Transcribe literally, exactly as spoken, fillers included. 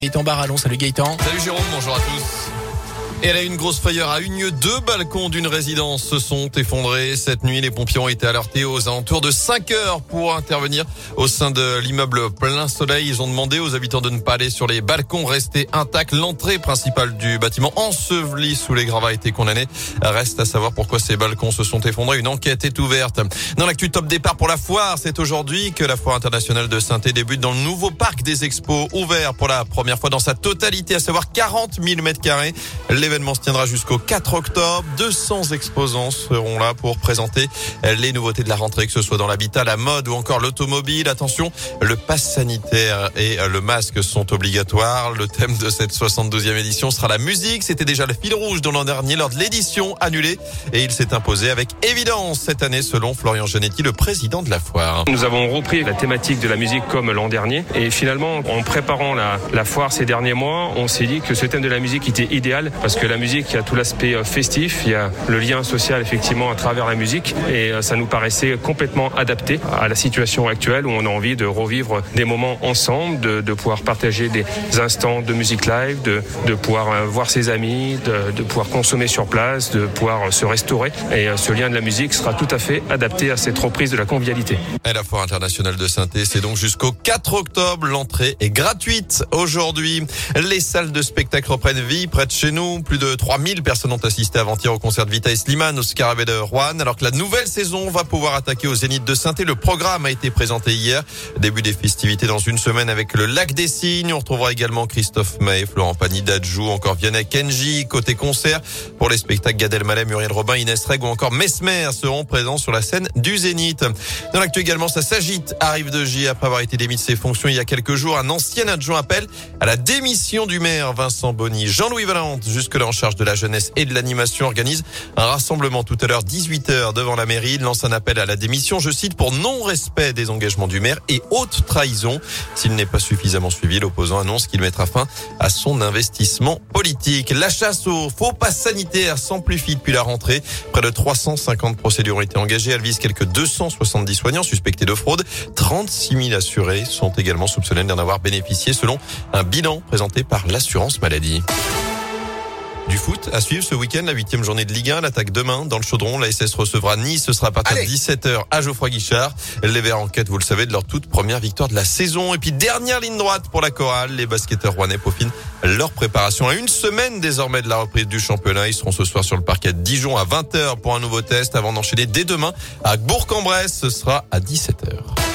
Gaëtan Barallon, salut Gaëtan. Salut Jérôme, bonjour à tous. Et elle a une grosse frayeur à Unieux. Deux balcons d'une résidence se sont effondrés. Cette nuit, les pompiers ont été alertés aux alentours de cinq heures pour intervenir au sein de l'immeuble Plein Soleil. Ils ont demandé aux habitants de ne pas aller sur les balcons, rester intacts. L'entrée principale du bâtiment, ensevelie sous les gravats, a été condamnée. Reste à savoir pourquoi ces balcons se sont effondrés. Une enquête est ouverte. Dans l'actu top départ pour la foire, c'est aujourd'hui que la foire internationale de Saint-Étienne débute dans le nouveau parc des expos, ouvert pour la première fois dans sa totalité, à savoir quarante mille mètres carrés. L'événement se tiendra jusqu'au quatre octobre. deux cents exposants seront là pour présenter les nouveautés de la rentrée, que ce soit dans l'habitat, la mode ou encore l'automobile. Attention, le pass sanitaire et le masque sont obligatoires. Le thème de cette soixante-douzième édition sera la musique. C'était déjà le fil rouge de l'an dernier lors de l'édition annulée et il s'est imposé avec évidence cette année, selon Florian Janetti, le président de la foire. Nous avons repris la thématique de la musique comme l'an dernier et finalement, en préparant la, la foire ces derniers mois, on s'est dit que ce thème de la musique était idéal parce que la musique, il y a tout l'aspect festif, il y a le lien social effectivement à travers la musique et ça nous paraissait complètement adapté à la situation actuelle où on a envie de revivre des moments ensemble, de, de pouvoir partager des instants de musique live, de, de pouvoir voir ses amis, de, de pouvoir consommer sur place, de pouvoir se restaurer et ce lien de la musique sera tout à fait adapté à cette reprise de la convivialité. Et la foire internationale de Saint-Étienne, c'est donc jusqu'au quatre octobre. L'entrée est gratuite aujourd'hui. Les salles de spectacle reprennent vie près de chez nous. Plus de trois mille personnes ont assisté avant-hier au concert de Vita et Slimane au Scarabée de Roanne, alors que la nouvelle saison va pouvoir attaquer au Zénith de Saint-Étienne. Le programme a été présenté hier. Début des festivités dans une semaine avec le Lac des Cygnes. On retrouvera également Christophe Maé, Florent Pagny, Dadju, encore Vianney Kenji. Côté concert, pour les spectacles, Gad Elmaleh, Muriel Robin, Inès Reg ou encore Mesmer seront présents sur la scène du Zénith. Dans l'actu également, ça s'agite à Rive de Gier après avoir été démis de ses fonctions il y a quelques jours. Un ancien adjoint appelle à la démission du maire Vincent Bonny. Jean-Louis Valente, jusque-là en charge de la jeunesse et de l'animation, organise un rassemblement tout à l'heure, dix-huit heures, devant la mairie. Il lance un appel à la démission, je cite, pour non-respect des engagements du maire et haute trahison. S'il n'est pas suffisamment suivi, l'opposant annonce qu'il mettra fin à son investissement politique. La chasse aux faux passes sanitaires s'amplifie depuis la rentrée. Près de trois cent cinquante procédures ont été engagées. Elles visent quelques deux cent soixante-dix soignants suspectés de fraude. trente-six mille assurés sont également soupçonnés d'en avoir bénéficié, selon un bilan présenté par l'assurance maladie. Du foot à suivre ce week-end, la huitième journée de Ligue un, l'attaque demain dans le Chaudron. La S S recevra Nice, ce sera à partir de dix-sept heures à Geoffroy Guichard. Les Verts en quête, vous le savez, de leur toute première victoire de la saison. Et puis dernière ligne droite pour la chorale, les basketteurs rouennais peaufinent leur préparation à une semaine désormais de la reprise du championnat. Ils seront ce soir sur le parquet de Dijon à vingt heures pour un nouveau test avant d'enchaîner dès demain à Bourg-en-Bresse. Ce sera à dix-sept heures.